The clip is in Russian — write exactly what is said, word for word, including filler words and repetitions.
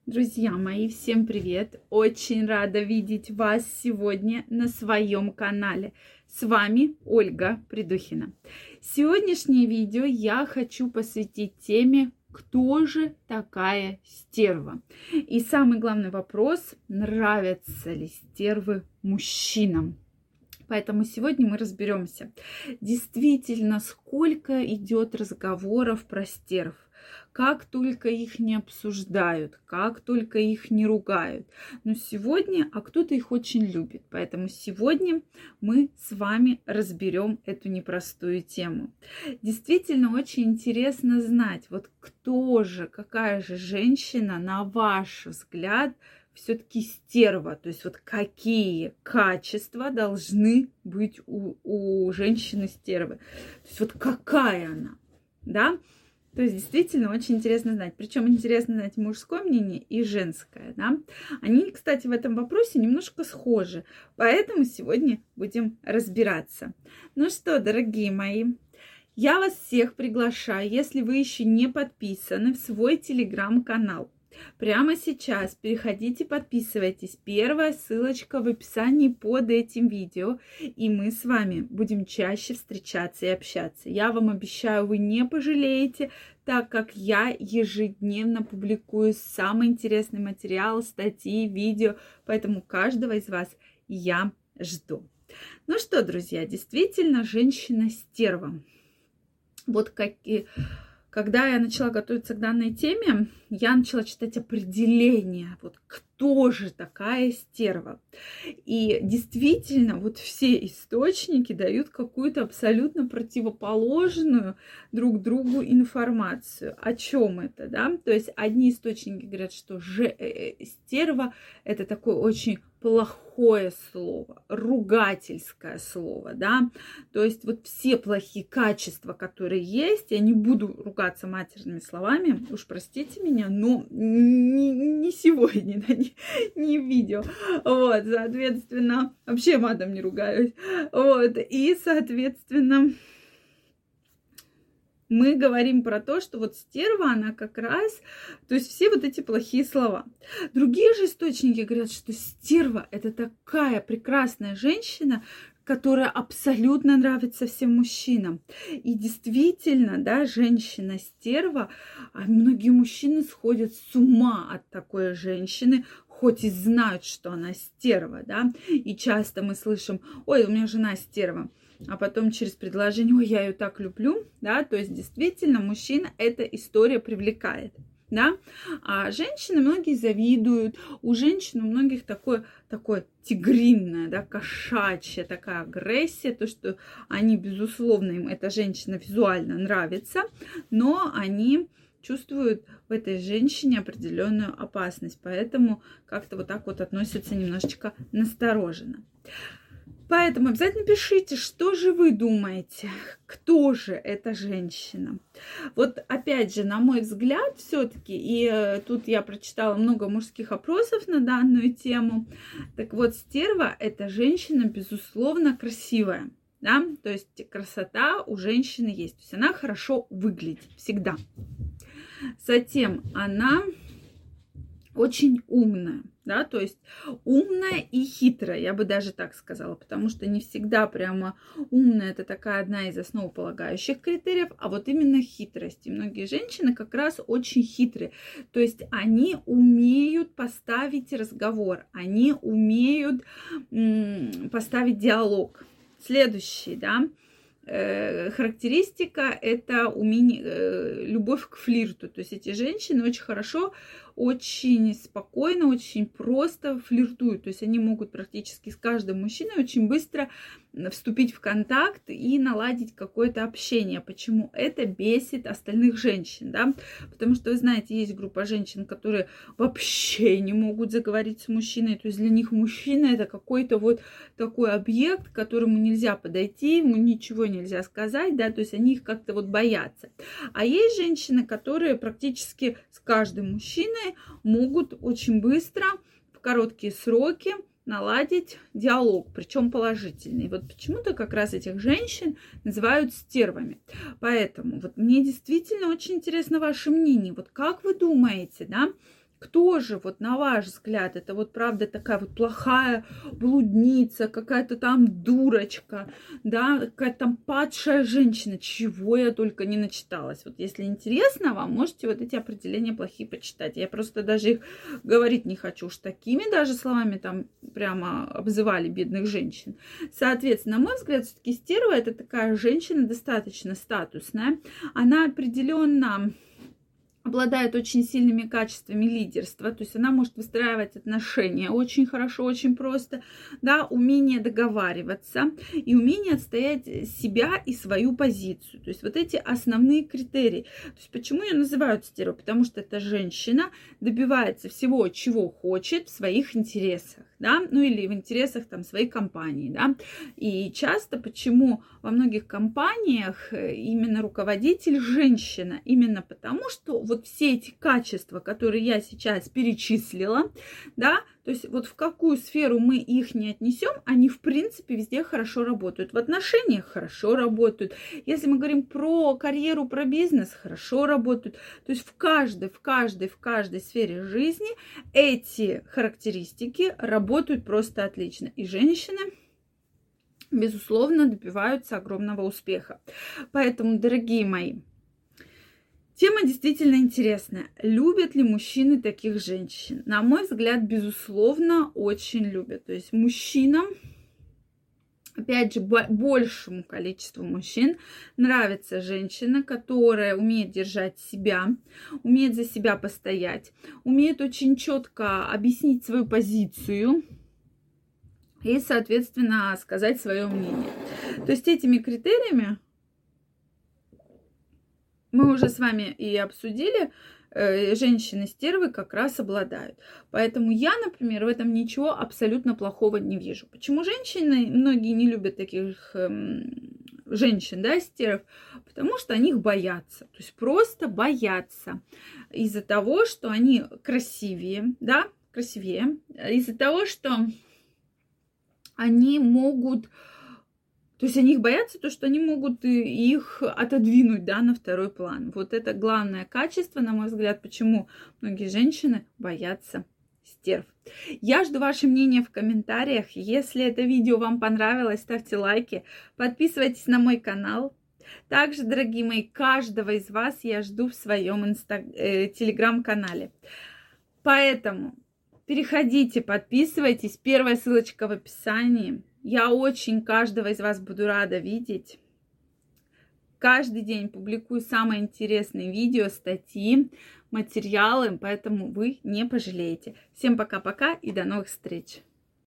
Друзья мои, всем привет! Очень рада видеть вас сегодня на своем канале. С вами Ольга Придухина. Сегодняшнее видео я хочу посвятить теме «Кто же такая стерва?» И самый главный вопрос: нравятся ли стервы мужчинам? Поэтому сегодня мы разберемся, действительно, сколько идет разговоров про стерв. Как только их не обсуждают, как только их не ругают. Но сегодня, а кто-то их очень любит. Поэтому сегодня мы с вами разберем эту непростую тему. Действительно, очень интересно знать, вот кто же, какая же женщина, на ваш взгляд, все-таки стерва. То есть вот какие качества должны быть у, у женщины стервы. То есть вот какая она, да? То есть действительно очень интересно знать. Причем интересно знать мужское мнение и женское. Да? Они, кстати, в этом вопросе немножко схожи. Поэтому сегодня будем разбираться. Ну что, дорогие мои, я вас всех приглашаю, если вы еще не подписаны, в свой телеграм-канал. Прямо сейчас переходите, подписывайтесь. Первая ссылочка в описании под этим видео. И мы с вами будем чаще встречаться и общаться. Я вам обещаю, вы не пожалеете, так как я ежедневно публикую самый интересный материал, статьи, видео. Поэтому каждого из вас я жду. Ну что, друзья, действительно, женщина-стерва. Вот какие... Когда я начала готовиться к данной теме, я начала читать определение, вот кто же такая стерва. И действительно, вот все источники дают какую-то абсолютно противоположную друг другу информацию. О чем это, да? То есть одни источники говорят, что же, э, стерва – это такое очень плохое слово, ругательское слово, да, то есть вот все плохие качества, которые есть, я не буду ругаться матерными словами, уж простите меня, но не, не сегодня, да, не, не в видео, вот, соответственно, вообще матом не ругаюсь, вот, и, соответственно, мы говорим про то, что вот стерва, она как раз, то есть все вот эти плохие слова. Другие же источники говорят, что стерва – это такая прекрасная женщина, которая абсолютно нравится всем мужчинам. И действительно, да, женщина-стерва, а многие мужчины сходят с ума от такой женщины, хоть и знают, что она стерва, да. И часто мы слышим: ой, у меня жена стерва. А потом через предложение: ой, я ее так люблю, да, то есть действительно мужчина эта история привлекает, да, а женщины многие завидуют, у женщин у многих такое, такое тигринное, да, кошачья такая агрессия, то, что они, безусловно, им эта женщина визуально нравится, но они чувствуют в этой женщине определенную опасность, поэтому как-то вот так вот относятся немножечко настороженно. Поэтому обязательно пишите, что же вы думаете, кто же эта женщина. Вот опять же, на мой взгляд, все-таки, и э, тут я прочитала много мужских опросов на данную тему, так вот, стерва – это женщина, безусловно, красивая, да, то есть красота у женщины есть, то есть она хорошо выглядит всегда. Затем она очень умная, да, то есть умная и хитрая, я бы даже так сказала, потому что не всегда прямо умная – это такая одна из основополагающих критериев, а вот именно хитрость. И многие женщины как раз очень хитрые, то есть они умеют поставить разговор, они умеют м- поставить диалог. Следующий, да, характеристика – это умение, любовь к флирту. То есть эти женщины очень хорошо, очень спокойно, очень просто флиртуют. То есть они могут практически с каждым мужчиной очень быстро вступить в контакт и наладить какое-то общение. Почему это бесит остальных женщин, да? Потому что, вы знаете, есть группа женщин, которые вообще не могут заговорить с мужчиной. То есть для них мужчина – это какой-то вот такой объект, к которому нельзя подойти, ему ничего нельзя сказать, да, то есть они их как-то вот боятся. А есть женщины, которые практически с каждым мужчиной могут очень быстро, в короткие сроки наладить диалог, причем положительный. Вот почему-то как раз этих женщин называют стервами. Поэтому вот мне действительно очень интересно ваше мнение. Вот как вы думаете, да, Кто же, вот на ваш взгляд, это вот правда такая вот плохая блудница, какая-то там дурочка, да, какая-то там падшая женщина, чего я только не начиталась. Вот если интересно вам, можете вот эти определения плохие почитать. Я просто даже их говорить не хочу, уж такими даже словами там прямо обзывали бедных женщин. Соответственно, на мой взгляд, все-таки стерва — это такая женщина достаточно статусная. Она определенно обладает очень сильными качествами лидерства, то есть она может выстраивать отношения очень хорошо, очень просто, да, умение договариваться и умение отстоять себя и свою позицию. То есть вот эти основные критерии. То есть почему ее называют стервой? Потому что эта женщина добивается всего, чего хочет в своих интересах, да, ну или в интересах там своей компании, да. И часто почему во многих компаниях именно руководитель женщина? Именно потому, что вот все эти качества, которые я сейчас перечислила, да, то есть вот в какую сферу мы их не отнесем, они в принципе везде хорошо работают. В отношениях хорошо работают. Если мы говорим про карьеру, про бизнес, хорошо работают. То есть в каждой, в каждой, в каждой сфере жизни эти характеристики работают просто отлично. И женщины, безусловно, добиваются огромного успеха. Поэтому, дорогие мои, тема действительно интересная. Любят ли мужчины таких женщин? На мой взгляд, безусловно, очень любят. То есть мужчинам, опять же, большему количеству мужчин нравится женщина, которая умеет держать себя, умеет за себя постоять, умеет очень четко объяснить свою позицию и, соответственно, сказать свое мнение. То есть этими критериями мы уже с вами и обсудили, э, женщины-стервы как раз обладают. Поэтому я, например, в этом ничего абсолютно плохого не вижу. Почему женщины, многие не любят таких э, женщин, да, стерв? Потому что они их боятся. То есть просто боятся из-за того, что они красивее, да, красивее, из-за того, что они могут... То есть они их боятся, то, что они могут их отодвинуть, да, на второй план. Вот это главное качество, на мой взгляд, почему многие женщины боятся стерв. Я жду ваше мнение в комментариях. Если это видео вам понравилось, ставьте лайки, подписывайтесь на мой канал. Также, дорогие мои, каждого из вас я жду в своем инста... э, телеграм-канале. Поэтому переходите, подписывайтесь. Первая ссылочка в описании. Я очень каждого из вас буду рада видеть. Каждый день публикую самые интересные видео, статьи, материалы, поэтому вы не пожалеете. Всем пока-пока и до новых встреч!